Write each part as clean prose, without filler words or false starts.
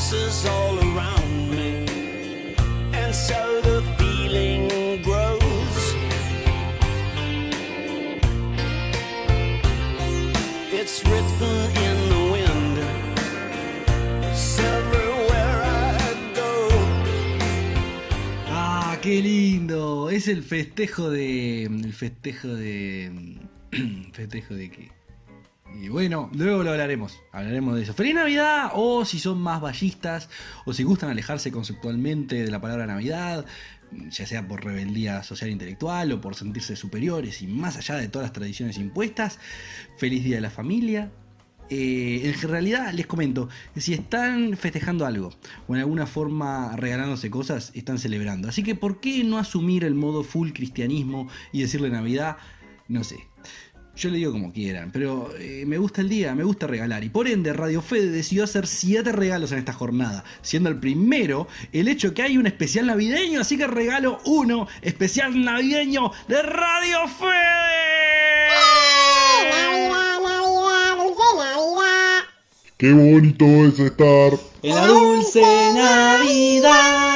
voices all around me, and so the feeling grows. It's written in the wind, it's everywhere I go. Ah, qué lindo. Es el festejo de... ¿Festejo de qué? Y bueno, luego lo hablaremos de eso. ¡Feliz Navidad! O si son más ballistas, o si gustan alejarse conceptualmente de la palabra Navidad, ya sea por rebeldía social e intelectual o por sentirse superiores y más allá de todas las tradiciones impuestas, feliz Día de la Familia. En realidad les comento, si están festejando algo o en alguna forma regalándose cosas, están celebrando. Así que ¿por qué no asumir el modo full cristianismo y decirle Navidad? No sé. Yo le digo como quieran, pero me gusta el día, me gusta regalar. Y por ende, Radio Fede decidió hacer 7 regalos en esta jornada. Siendo el primero el hecho que hay un especial navideño. Así que regalo 1 especial navideño de Radio Fede. Navidad, Navidad, dulce Navidad. Qué bonito es estar En la dulce Navidad.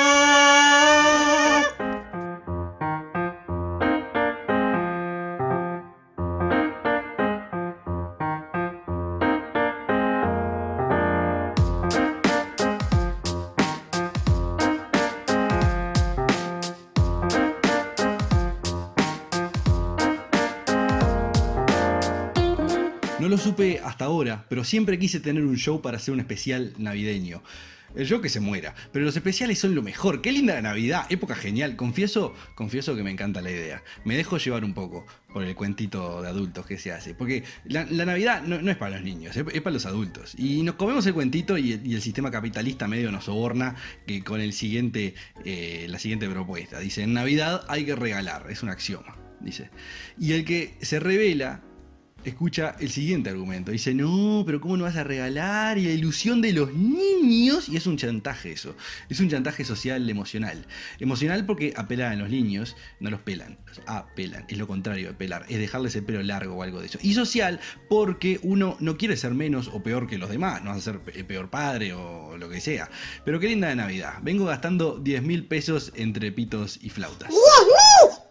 No lo supe hasta ahora, pero siempre quise tener un show para hacer un especial navideño. El show que se muera, pero los especiales son lo mejor. Qué linda la Navidad, época genial. Confieso que me encanta la idea. Me dejo llevar un poco por el cuentito de adultos que se hace. Porque la Navidad no es para los niños, es para los adultos. Y nos comemos el cuentito y el sistema capitalista medio nos soborna que con la siguiente propuesta. Dice, en Navidad hay que regalar, es un axioma. Dice. Y el que se revela escucha el siguiente argumento. Dice, no, pero ¿cómo no vas a regalar? Y la ilusión de los niños. Y es un chantaje eso. Es un chantaje social emocional. Emocional porque apelan a los niños, no los pelan. Los apelan. Es lo contrario de pelar. Es dejarles el pelo largo o algo de eso. Y social porque uno no quiere ser menos o peor que los demás. No vas a ser peor padre o lo que sea. Pero qué linda de Navidad. Vengo gastando 10.000 pesos entre pitos y flautas. ¡10.000 pesos!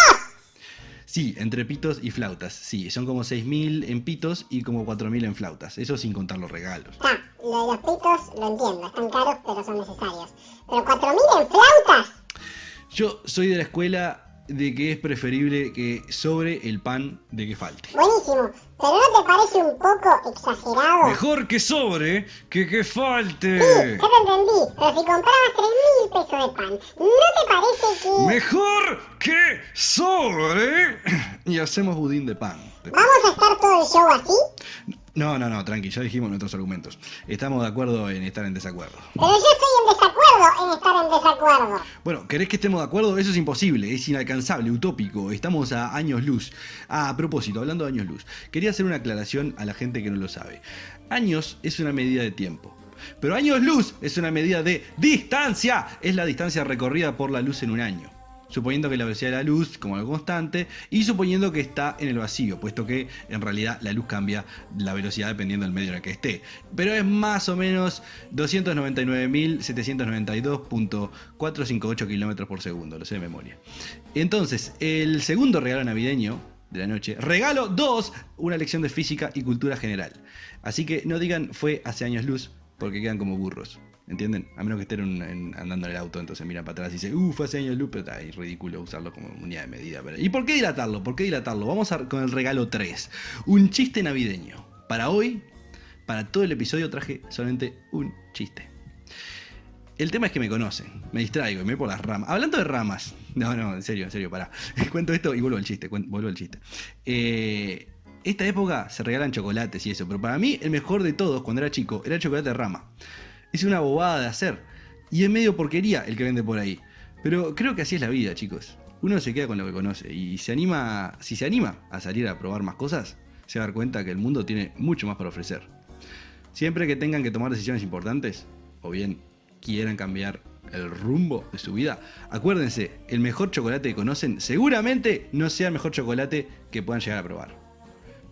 Sí, entre pitos y flautas. Sí, son como 6.000 en pitos y como 4.000 en flautas. Eso sin contar los regalos. Está, lo de los pitos lo entiendo, están caros pero son necesarios. Pero 4.000 en flautas. Yo soy de la escuela de que es preferible que sobre el pan de que falte. Buenísimo, pero ¿no te parece un poco exagerado? Mejor que sobre que falte. Sí, ya te entendí, pero si comprabas 3.000 pesos de pan, ¿no te parece que...? Mejor que sobre. Y hacemos budín de pan. ¿Vamos a estar todo el show así? No, tranqui, ya dijimos nuestros argumentos. Estamos de acuerdo en estar en desacuerdo. Pero yo estoy en desacuerdo en estar en desacuerdo. Bueno, ¿querés que estemos de acuerdo? Eso es imposible, es inalcanzable, utópico. Estamos a años luz. Ah, a propósito, hablando de años luz, quería hacer una aclaración a la gente que no lo sabe. Años es una medida de tiempo. Pero años luz es una medida de distancia. Es la distancia recorrida por la luz en un año. Suponiendo que la velocidad de la luz como algo constante y suponiendo que está en el vacío, puesto que en realidad la luz cambia la velocidad dependiendo del medio en el que esté. Pero es más o menos 299.792.458 km por segundo, lo sé de memoria. Entonces, el segundo regalo navideño de la noche, regalo 2, una lección de física y cultura general. Así que no digan fue hace años luz, porque quedan como burros. ¿Entienden? A menos que estén andando en el auto, entonces miran para atrás y dicen, hace años luz, pero es ridículo usarlo como unidad de medida. ¿Y por qué dilatarlo? Vamos con el regalo 3. Un chiste navideño. Para hoy, para todo el episodio traje solamente un chiste. El tema es que me conocen, me distraigo y me voy por las ramas. Hablando de ramas, no, en serio, pará. Cuento esto y vuelvo al chiste. Esta época se regalan chocolates y eso, pero para mí el mejor de todos cuando era chico era el chocolate de rama. Es una bobada de hacer. Y es medio porquería el que vende por ahí. Pero creo que así es la vida, chicos. Uno se queda con lo que conoce. Y si se anima a salir a probar más cosas, se va a dar cuenta que el mundo tiene mucho más para ofrecer. Siempre que tengan que tomar decisiones importantes, o bien quieran cambiar el rumbo de su vida, acuérdense, el mejor chocolate que conocen seguramente no sea el mejor chocolate que puedan llegar a probar.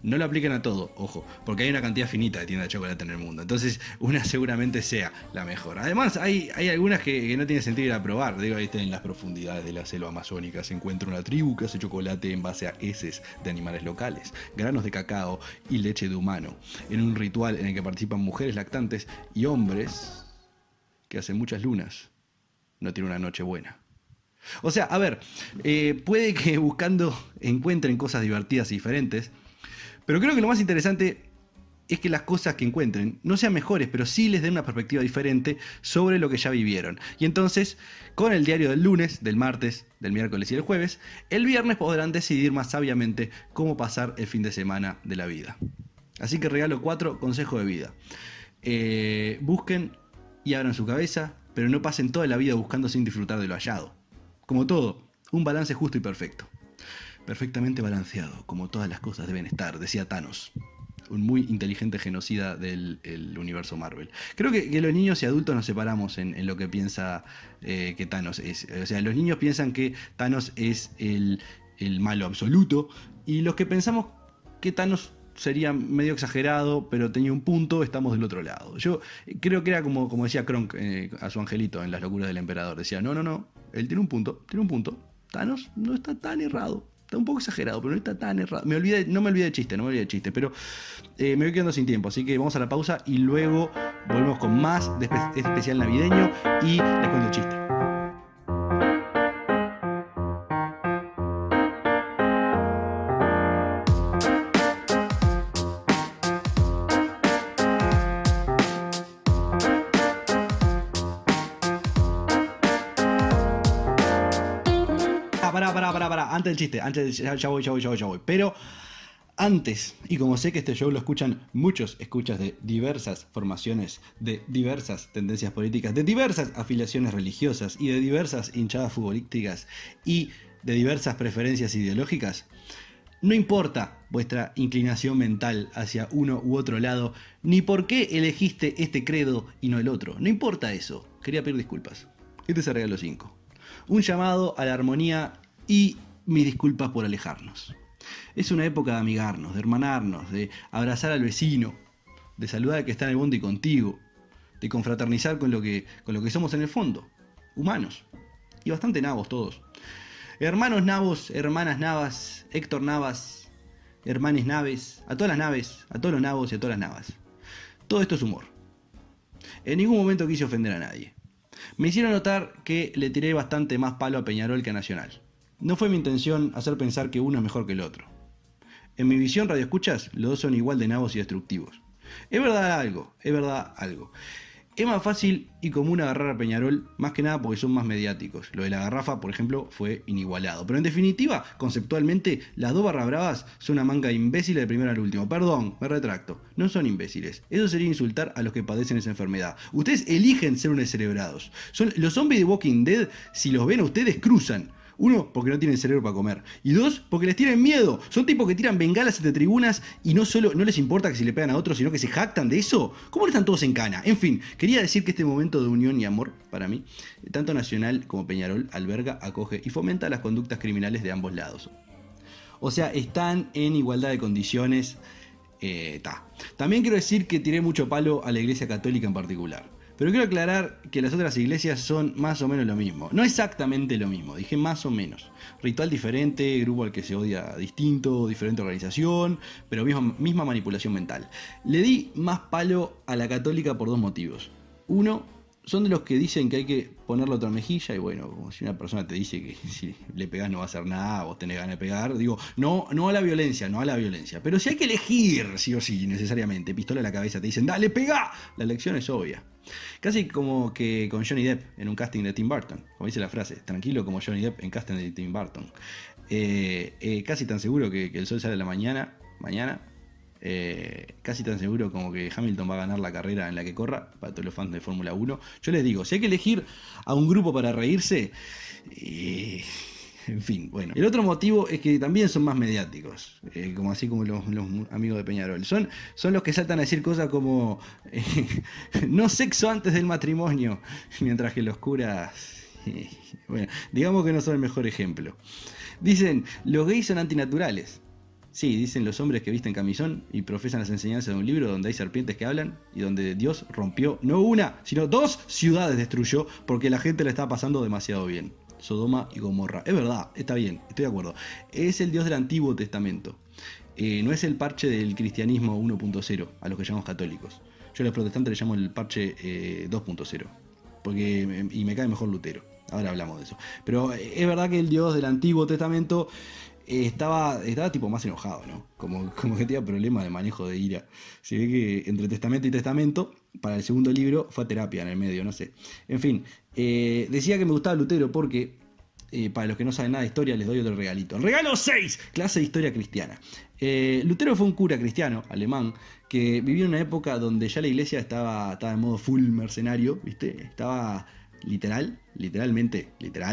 No lo aplican a todo, ojo, porque hay una cantidad finita de tiendas de chocolate en el mundo. Entonces, una seguramente sea la mejor. Además, hay algunas que no tiene sentido ir a probar. Digo, ahí en las profundidades de la selva amazónica se encuentra una tribu que hace chocolate en base a heces de animales locales, granos de cacao y leche de humano, en un ritual en el que participan mujeres lactantes y hombres que hacen muchas lunas no tienen una noche buena. O sea, a ver, puede que buscando encuentren cosas divertidas y diferentes, pero creo que lo más interesante es que las cosas que encuentren no sean mejores, pero sí les den una perspectiva diferente sobre lo que ya vivieron. Y entonces, con el diario del lunes, del martes, del miércoles y el jueves, el viernes podrán decidir más sabiamente cómo pasar el fin de semana de la vida. Así que regalo 4 consejos de vida. Busquen y abran su cabeza, pero no pasen toda la vida buscando sin disfrutar de lo hallado. Como todo, un balance justo y perfecto. Perfectamente balanceado, como todas las cosas deben estar, decía Thanos, un muy inteligente genocida del universo Marvel. Creo que los niños y adultos nos separamos en lo que piensa que Thanos es. O sea, los niños piensan que Thanos es el malo absoluto, y los que pensamos que Thanos sería medio exagerado, pero tenía un punto, estamos del otro lado. Yo creo que era como decía Kronk a su angelito en Las locuras del emperador. Decía, no, él tiene un punto. Thanos no está tan errado. Está un poco exagerado, pero no está tan errado. No me olvidé de chiste, pero me voy quedando sin tiempo, así que vamos a la pausa y luego volvemos con más de especial navideño y les cuento el chiste. Pará, antes del chiste, ya voy. Pero antes, y como sé que este show lo escuchan muchos escuchas de diversas formaciones, de diversas tendencias políticas, de diversas afiliaciones religiosas y de diversas hinchadas futbolísticas y de diversas preferencias ideológicas, no importa vuestra inclinación mental hacia uno u otro lado, ni por qué elegiste este credo y no el otro. No importa eso. Quería pedir disculpas. Este es el regalo 5. Un llamado a la armonía y mis disculpas por alejarnos. Es una época de amigarnos, de hermanarnos, de abrazar al vecino, de saludar al que está en el bondi contigo, de confraternizar con lo que somos en el fondo, humanos, y bastante nabos todos. Hermanos nabos, hermanas navas, Héctor Navas, hermanes naves, a todas las naves, a todos los nabos y a todas las navas. Todo esto es humor. En ningún momento quise ofender a nadie. Me hicieron notar que le tiré bastante más palo a Peñarol que a Nacional. No fue mi intención hacer pensar que uno es mejor que el otro. En mi visión radioescuchas, los dos son igual de nabos y destructivos. Es verdad algo. Es más fácil y común agarrar a Peñarol, más que nada porque son más mediáticos. Lo de la garrafa, por ejemplo, fue inigualado. Pero en definitiva, conceptualmente, las dos barra bravas son una manga de imbéciles de primero al último. Perdón, me retracto. No son imbéciles. Eso sería insultar a los que padecen esa enfermedad. Ustedes eligen ser unos descerebrados. Los zombies de Walking Dead, si los ven a ustedes, cruzan. 1, porque no tienen cerebro para comer. Y 2, porque les tienen miedo. Son tipos que tiran bengalas entre tribunas y no les importa que si le pegan a otros, sino que se jactan de eso. ¿Cómo no están todos en cana? En fin, quería decir que este momento de unión y amor, para mí, tanto Nacional como Peñarol, alberga, acoge y fomenta las conductas criminales de ambos lados. O sea, están en igualdad de condiciones. También quiero decir que tiré mucho palo a la Iglesia Católica en particular. Pero quiero aclarar que las otras iglesias son más o menos lo mismo. No exactamente lo mismo, dije más o menos. Ritual diferente, grupo al que se odia distinto, diferente organización, pero misma manipulación mental. Le di más palo a la católica por 2 motivos. 1, son de los que dicen que hay que ponerle otra mejilla, y bueno, como si una persona te dice que si le pegás no va a hacer nada, vos tenés ganas de pegar, digo, no a la violencia, pero si hay que elegir, sí o sí, necesariamente, pistola a la cabeza, te dicen, dale, pegá, la elección es obvia. Casi como que con Johnny Depp en un casting de Tim Burton, como dice la frase, tranquilo como Johnny Depp en casting de Tim Burton. Casi tan seguro que el sol sale a la mañana, casi tan seguro como que Hamilton va a ganar la carrera en la que corra, para todos los fans de Fórmula 1. Yo les digo, si hay que elegir a un grupo para reírse, en fin, bueno. El otro motivo es que también son más mediáticos, como así como los amigos de Peñarol. Son los que saltan a decir cosas como no sexo antes del matrimonio, mientras que los curas, bueno, digamos que no son el mejor ejemplo. Dicen, los gays son antinaturales. Sí, dicen los hombres que visten camisón y profesan las enseñanzas de un libro donde hay serpientes que hablan y donde Dios rompió no una, sino 2 ciudades destruyó porque la gente le estaba pasando demasiado bien. Sodoma y Gomorra. Es verdad, está bien, estoy de acuerdo. Es el Dios del Antiguo Testamento. No es el parche del cristianismo 1.0, a los que llamamos católicos. Yo a los protestantes les llamo el parche 2.0, y me cae mejor Lutero. Ahora hablamos de eso. Pero es verdad que el Dios del Antiguo Testamento estaba tipo más enojado, ¿no? Como que tenía problemas de manejo de ira. Se ve que entre testamento y testamento, para el segundo libro, fue a terapia en el medio, no sé. En fin, decía que me gustaba Lutero porque, para los que no saben nada de historia, les doy otro regalito. ¡Regalo 6! Clase de historia cristiana. Lutero fue un cura cristiano, alemán, que vivió en una época donde ya la iglesia estaba en modo full mercenario, ¿viste? Estaba literalmente,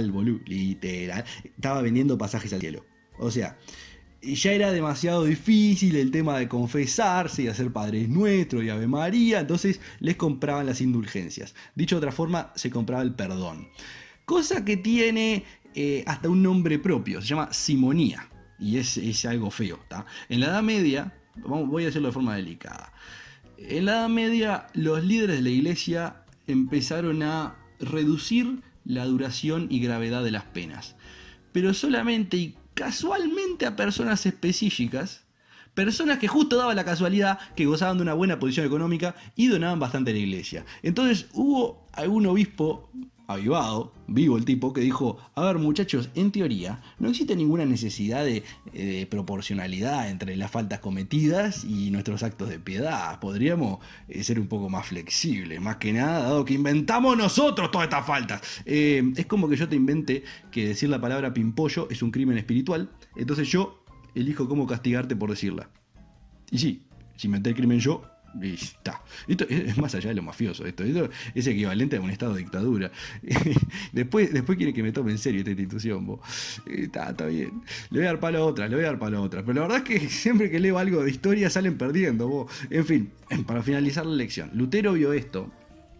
estaba vendiendo pasajes al cielo. O sea, ya era demasiado difícil el tema de confesarse y hacer Padres Nuestros y Ave María, entonces les compraban las indulgencias. Dicho de otra forma, se compraba el perdón. Cosa que tiene hasta un nombre propio, se llama simonía, y es algo feo, ¿tá? En la Edad Media, voy a hacerlo de forma delicada. En la Edad Media, los líderes de la iglesia empezaron a reducir la duración y gravedad de las penas, pero solamente y casualmente a personas específicas, personas que justo daba la casualidad que gozaban de una buena posición económica y donaban bastante a la iglesia. Entonces hubo algún obispo avivado, vivo el tipo, que dijo: a ver, muchachos, en teoría no existe ninguna necesidad de proporcionalidad entre las faltas cometidas y nuestros actos de piedad. Podríamos ser un poco más flexibles, más que nada, dado que inventamos nosotros todas estas faltas. Es como que yo te invente que decir la palabra pimpollo es un crimen espiritual, entonces yo elijo cómo castigarte por decirla. Y sí, si inventé el crimen yo, y está. Esto es más allá de lo mafioso. Esto es equivalente a un estado de dictadura. Después quieren que me tome en serio esta institución. Está bien. Le voy a dar palo a otra. Pero la verdad es que siempre que leo algo de historia salen perdiendo. En fin, para finalizar la lección, Lutero vio esto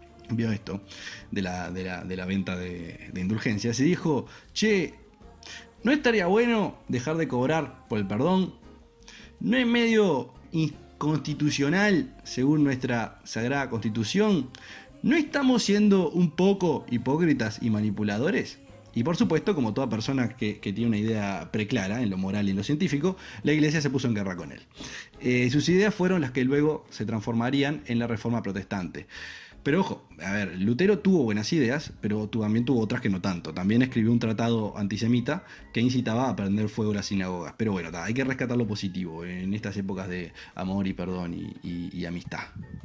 de la venta de indulgencias y dijo: che, ¿no estaría bueno dejar de cobrar por el perdón? ¿No es medio constitucional, según nuestra Sagrada Constitución? ¿No estamos siendo un poco hipócritas y manipuladores? Y por supuesto, como toda persona que tiene una idea preclara en lo moral y en lo científico, la iglesia se puso en guerra con él. Sus ideas fueron las que luego se transformarían en la Reforma Protestante. Pero ojo, a ver, Lutero tuvo buenas ideas, pero también tuvo otras que no tanto. También escribió un tratado antisemita que incitaba a prender fuego a las sinagogas. Pero bueno, hay que rescatar lo positivo en estas épocas de amor y perdón y amistad.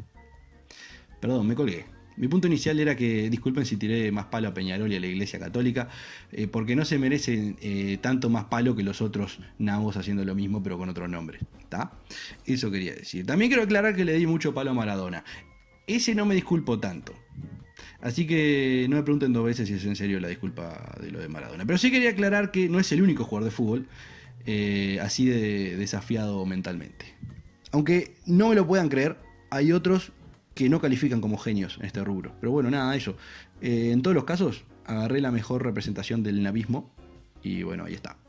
Perdón, me colgué. Mi punto inicial era que, disculpen si tiré más palo a Peñarol y a la Iglesia Católica, porque no se merecen tanto más palo que los otros nabos haciendo lo mismo pero con otro nombre, ¿está? Eso quería decir. También quiero aclarar que le di mucho palo a Maradona. Ese no me disculpo tanto. Así que no me pregunten 2 veces si es en serio la disculpa de lo de Maradona. Pero sí quería aclarar que no es el único jugador de fútbol así de desafiado mentalmente. Aunque no me lo puedan creer, hay otros que no califican como genios en este rubro. Pero bueno, nada, eso. En todos los casos, agarré la mejor representación del navismo y bueno, ahí está.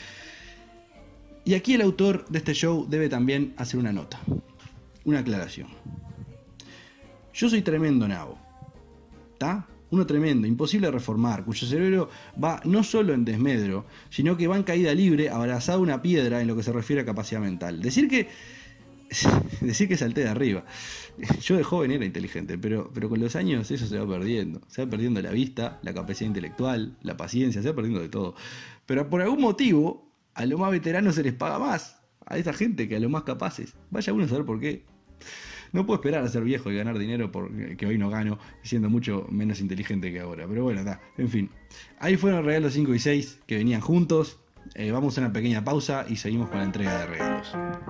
Y aquí el autor de este show debe también hacer una nota, una aclaración. Yo soy tremendo nabo, ¿está? Uno tremendo, imposible de reformar, cuyo cerebro va no solo en desmedro, sino que va en caída libre, abrazado a una piedra en lo que se refiere a capacidad mental. Decir que salté de arriba. Yo de joven era inteligente, pero con los años eso se va perdiendo. Se va perdiendo la vista, la capacidad intelectual, la paciencia, se va perdiendo de todo. Pero por algún motivo, a los más veteranos se les paga más. A esa gente que a los más capaces. Vaya uno a saber por qué. No puedo esperar a ser viejo y ganar dinero porque hoy no gano, siendo mucho menos inteligente que ahora. Pero bueno, está. En fin. Ahí fueron los regalos 5 y 6 que venían juntos. Vamos a una pequeña pausa y seguimos con la entrega de regalos.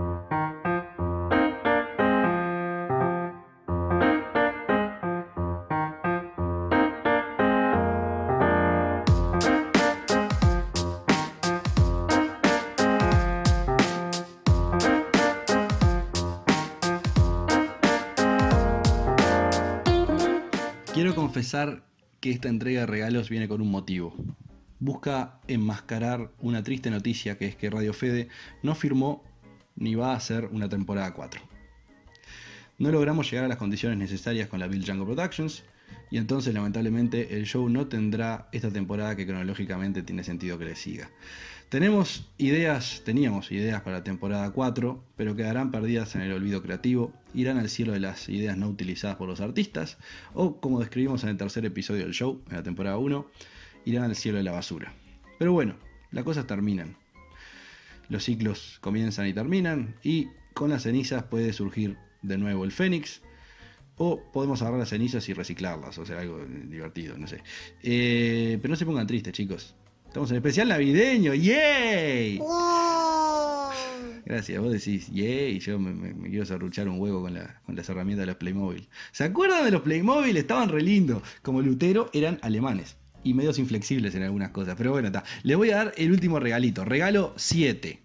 Quiero confesar que esta entrega de regalos viene con un motivo. Busca enmascarar una triste noticia, que es que Radio Fede no firmó ni va a ser una temporada 4. No logramos llegar a las condiciones necesarias con la Bill Django Productions, y entonces lamentablemente el show no tendrá esta temporada que cronológicamente tiene sentido que le siga. Teníamos ideas para la temporada 4, pero quedarán perdidas en el olvido creativo, irán al cielo de las ideas no utilizadas por los artistas, o como describimos en el tercer episodio del show, en la temporada 1, irán al cielo de la basura. Pero bueno, las cosas terminan. Los ciclos comienzan y terminan, y con las cenizas puede surgir de nuevo el Fénix, o podemos agarrar las cenizas y reciclarlas, o sea, algo divertido, no sé. Pero no se pongan tristes, chicos. Estamos en especial navideño, ¡yay! Gracias, vos decís, ¡yay! Yo me quiero serruchar un huevo con las herramientas de los Playmobil. ¿Se acuerdan de los Playmobil? Estaban re lindos. Como Lutero, eran alemanes y medios inflexibles en algunas cosas. Pero bueno, está. Les voy a dar el último regalito. Regalo 7.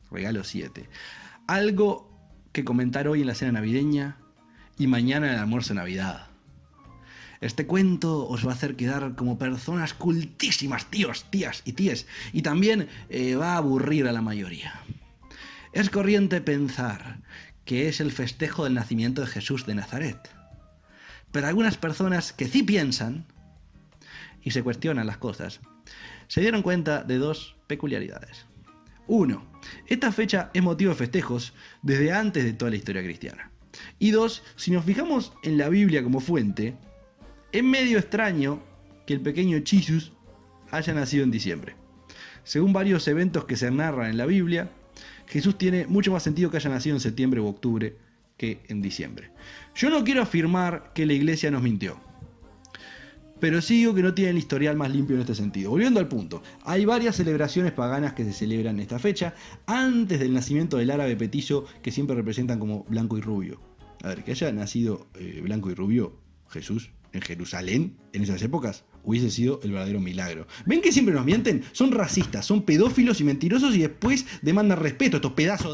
Algo que comentar hoy en la cena navideña y mañana en el almuerzo de Navidad. Este cuento os va a hacer quedar como personas cultísimas, tíos, tías y tíes, y también va a aburrir a la mayoría. Es corriente pensar que es el festejo del nacimiento de Jesús de Nazaret, pero algunas personas que sí piensan y se cuestionan las cosas, se dieron cuenta de dos peculiaridades. 1. Esta fecha es motivo de festejos desde antes de toda la historia cristiana. Y 2. Si nos fijamos en la Biblia como fuente, es medio extraño que el pequeño Jesús haya nacido en diciembre. Según varios eventos que se narran en la Biblia, Jesús tiene mucho más sentido que haya nacido en septiembre u octubre que en diciembre. Yo no quiero afirmar que la iglesia nos mintió, pero sí digo que no tiene el historial más limpio en este sentido. Volviendo al punto, hay varias celebraciones paganas que se celebran en esta fecha, antes del nacimiento del árabe petizo, que siempre representan como blanco y rubio. A ver, que haya nacido blanco y rubio Jesús en Jerusalén en esas épocas hubiese sido el verdadero milagro. ¿Ven que siempre nos mienten? Son racistas, son pedófilos y mentirosos, y después demandan respeto, estos pedazos de...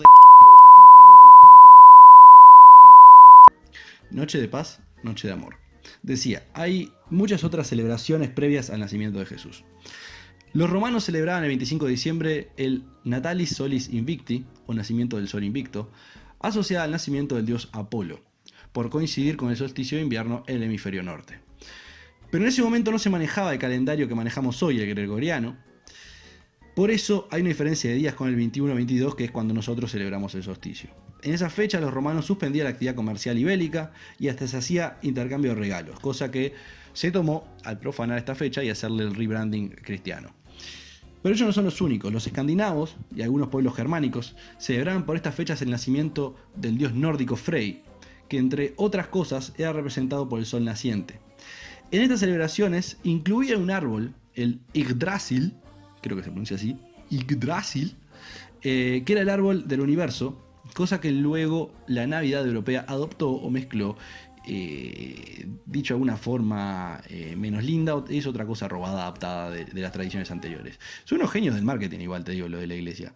Noche de paz, noche de amor. Decía, hay muchas otras celebraciones previas al nacimiento de Jesús. Los romanos celebraban el 25 de diciembre el Natalis Solis Invicti, o nacimiento del sol invicto, asociada al nacimiento del dios Apolo, por coincidir con el solsticio de invierno en el hemisferio norte. Pero en ese momento no se manejaba el calendario que manejamos hoy, el gregoriano. Por eso hay una diferencia de días con el 21-22, que es cuando nosotros celebramos el solsticio. En esa fecha los romanos suspendían la actividad comercial y bélica, y hasta se hacía intercambio de regalos, cosa que se tomó al profanar esta fecha y hacerle el rebranding cristiano. Pero ellos no son los únicos. Los escandinavos y algunos pueblos germánicos celebraban por estas fechas el nacimiento del dios nórdico Frey, que entre otras cosas era representado por el sol naciente. En estas celebraciones incluía un árbol, el Yggdrasil, creo que se pronuncia así, Yggdrasil, que era el árbol del universo, cosa que luego la Navidad europea adoptó o mezcló, dicho de alguna forma menos linda, es otra cosa robada, adaptada de las tradiciones anteriores. Son unos genios del marketing, igual te digo, lo de la iglesia.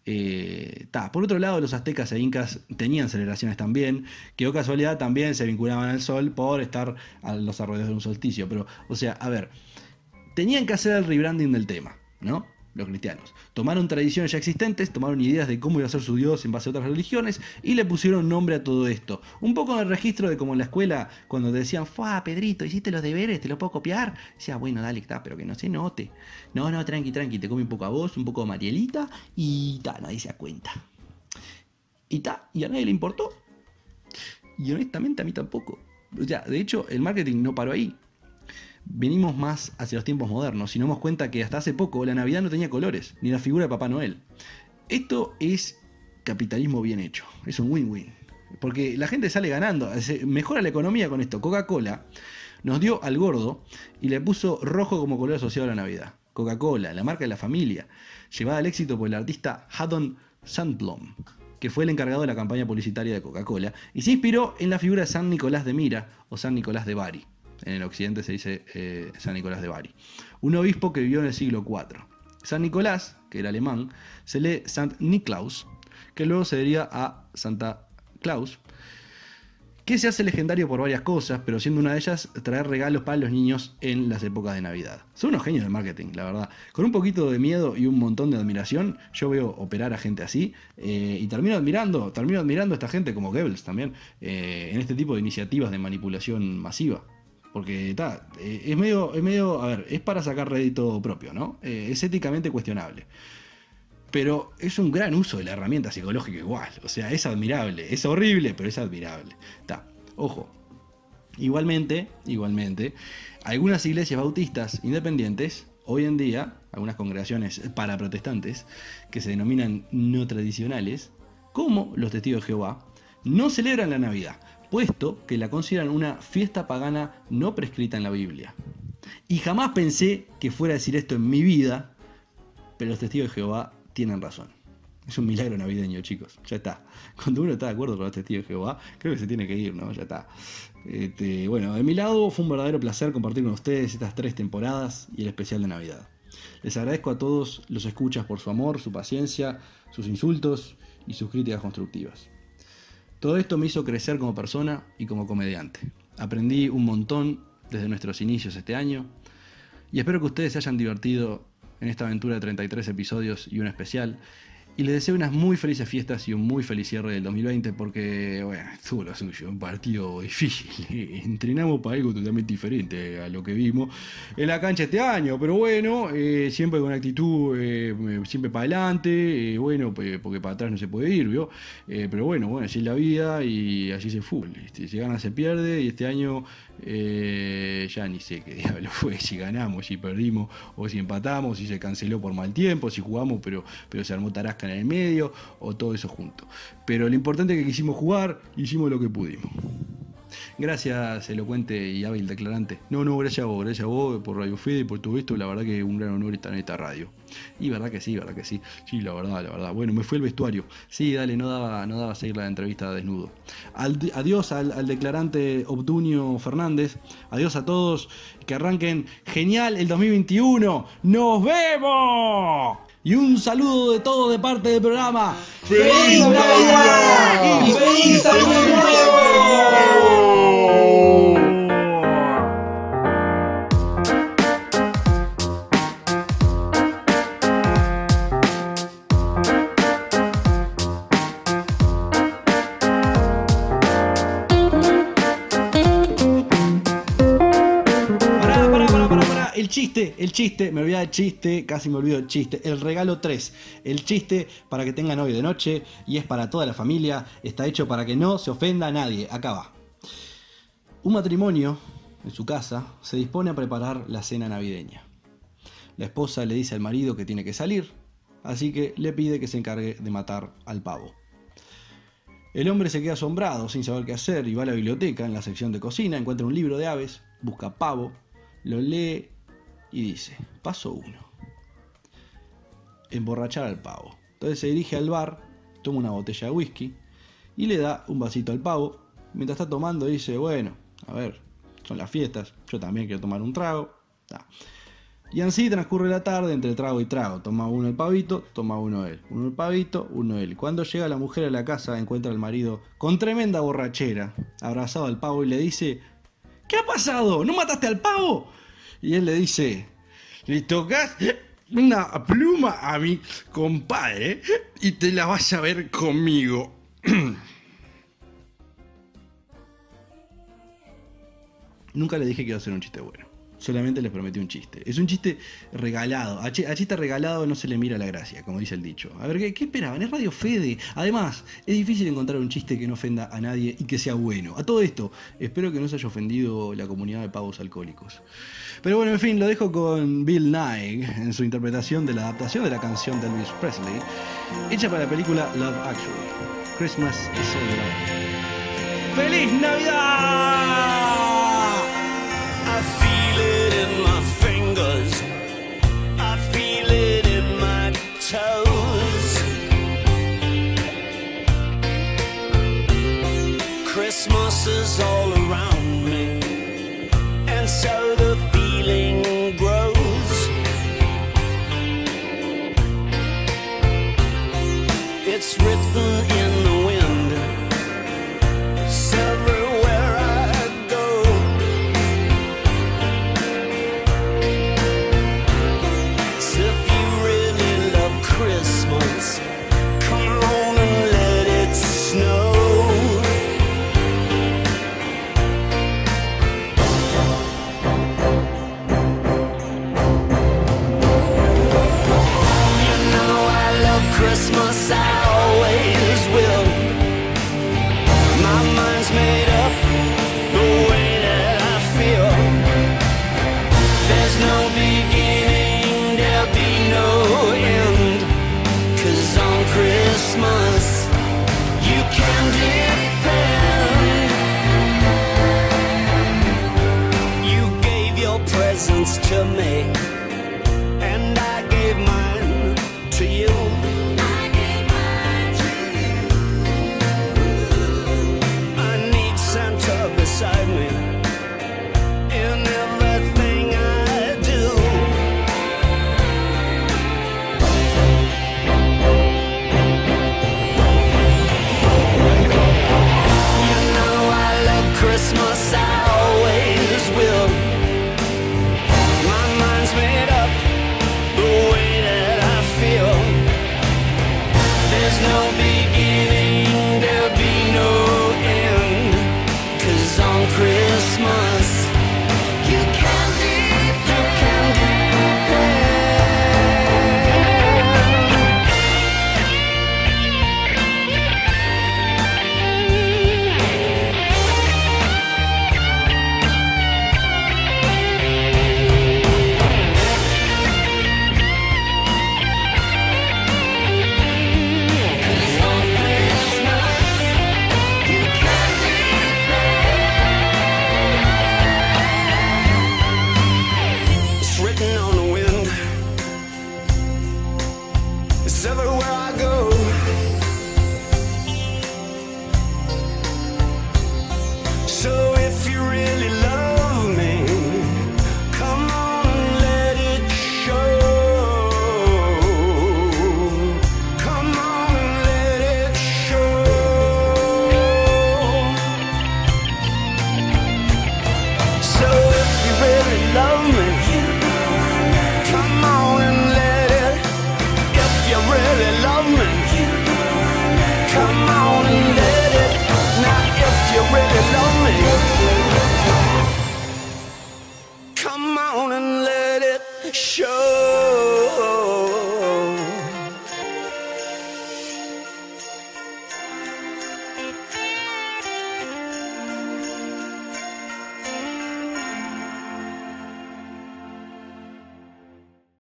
Por otro lado, los aztecas e incas tenían celebraciones también, que o casualidad también se vinculaban al sol por estar a los alrededores de un solsticio. Pero, o sea, a ver, tenían que hacer el rebranding del tema, ¿no? Los cristianos tomaron tradiciones ya existentes, tomaron ideas de cómo iba a ser su Dios en base a otras religiones y le pusieron nombre a todo esto. Un poco en el registro de como en la escuela, cuando te decían, ¡fua, Pedrito, hiciste los deberes, te lo puedo copiar! Decía, bueno, dale, pero que no se note. No, tranqui, te come un poco a vos, un poco a Marielita y nadie se da cuenta. Y a nadie le importó. Y honestamente a mí tampoco. O sea, de hecho, el marketing no paró ahí. Venimos más hacia los tiempos modernos y nos damos cuenta que hasta hace poco la Navidad no tenía colores, ni la figura de Papá Noel. Esto es capitalismo bien hecho, es un win-win, porque la gente sale ganando, mejora la economía con esto. Coca-Cola nos dio al gordo y le puso rojo como color asociado a la Navidad. Coca-Cola, la marca de la familia, llevada al éxito por el artista Haddon Sandblom, que fue el encargado de la campaña publicitaria de Coca-Cola, y se inspiró en la figura de San Nicolás de Mira o San Nicolás de Bari. En el occidente se dice San Nicolás de Bari, un obispo que vivió en el siglo IV. San Nicolás, que era alemán, se lee Sant Niklaus, que luego se diría a Santa Claus, que se hace legendario por varias cosas, pero siendo una de ellas traer regalos para los niños en las épocas de Navidad. Son unos genios del marketing, la verdad. Con un poquito de miedo y un montón de admiración, yo veo operar a gente así y termino admirando a esta gente como Goebbels también en este tipo de iniciativas de manipulación masiva. Porque es medio, a ver, es para sacar rédito propio, ¿no? Es éticamente cuestionable. Pero es un gran uso de la herramienta psicológica igual. O sea, es admirable. Es horrible, pero es admirable. Ojo. Igualmente, algunas iglesias bautistas independientes, hoy en día, algunas congregaciones para protestantes, que se denominan no tradicionales, como los Testigos de Jehová, no celebran la Navidad, puesto que la consideran una fiesta pagana no prescrita en la Biblia. Y jamás pensé que fuera a decir esto en mi vida, pero los Testigos de Jehová tienen razón. Es un milagro navideño, chicos. Ya está. Cuando uno está de acuerdo con los Testigos de Jehová, creo que se tiene que ir, ¿no? Ya está. Bueno, de mi lado fue un verdadero placer compartir con ustedes estas 3 temporadas y el especial de Navidad. Les agradezco a todos los escuchas por su amor, su paciencia, sus insultos y sus críticas constructivas. Todo esto me hizo crecer como persona y como comediante. Aprendí un montón desde nuestros inicios este año y espero que ustedes se hayan divertido en esta aventura de 33 episodios y un especial. Y les deseo unas muy felices fiestas y un muy feliz cierre del 2020 porque, bueno, estuvo lo suyo, un partido difícil. Entrenamos para algo totalmente diferente a lo que vimos en la cancha este año, pero bueno, siempre con actitud, siempre para adelante, bueno, porque para atrás no se puede ir, ¿vio? Pero bueno, así es la vida y así es el fútbol. Si gana se pierde y este año ya ni sé qué diablo fue, si ganamos, si perdimos o si empatamos, si se canceló por mal tiempo, si jugamos pero se armó tarasca en el medio o todo eso junto. Pero lo importante es que quisimos jugar, hicimos lo que pudimos. Gracias, elocuente y hábil declarante. No, gracias a vos por Radio Fede y por todo esto. La verdad que es un gran honor estar en esta radio. Y verdad que sí. Sí, la verdad. Bueno, me fue el vestuario. Sí, dale, no daba seguir la entrevista desnudo. Adiós al declarante Obdunio Fernández. Adiós a todos. Que arranquen genial el 2021. ¡Nos vemos! Y un saludo de todos de parte del programa. ¡Feliz Navidad! ¡Y feliz Año Nuevo! El chiste, me olvidaba del chiste, casi me olvido del chiste. El regalo 3, el chiste para que tengan hoy de noche y es para toda la familia, está hecho para que no se ofenda a nadie. Acá va. Un matrimonio en su casa se dispone a preparar la cena navideña. La esposa le dice al marido que tiene que salir, así que le pide que se encargue de matar al pavo. El hombre se queda asombrado sin saber qué hacer y va a la biblioteca en la sección de cocina, encuentra un libro de aves, busca pavo, lo lee y dice, paso 1, emborrachar al pavo. Entonces se dirige al bar, toma una botella de whisky y le da un vasito al pavo. Mientras está tomando dice, bueno, a ver, son las fiestas, yo también quiero tomar un trago. Y así transcurre la tarde entre trago y trago. Toma uno el pavito, toma uno él. Uno el pavito, uno él. Cuando llega la mujer a la casa encuentra al marido con tremenda borrachera, abrazado al pavo y le dice, ¿qué ha pasado? ¿No mataste al pavo? Y él le dice, le tocas una pluma a mi compadre y te la vas a ver conmigo. Nunca le dije que iba a hacer un chiste bueno. Solamente les prometí un chiste. Es un chiste regalado. A chiste regalado no se le mira la gracia, como dice el dicho. A ver, ¿qué esperaban? Es Radio Fede. Además, es difícil encontrar un chiste que no ofenda a nadie y que sea bueno. A todo esto, espero que no se haya ofendido la comunidad de pavos alcohólicos. Pero bueno, en fin, lo dejo con Bill Nighy en su interpretación de la adaptación de la canción de Elvis Presley, hecha para la película Love Actually. Christmas is all around. ¡Feliz Navidad! I feel it in my fingers, I feel it in my toes. Christmas is all around me, and so the feeling grows. It's written in the wind, everywhere. there's no beginning.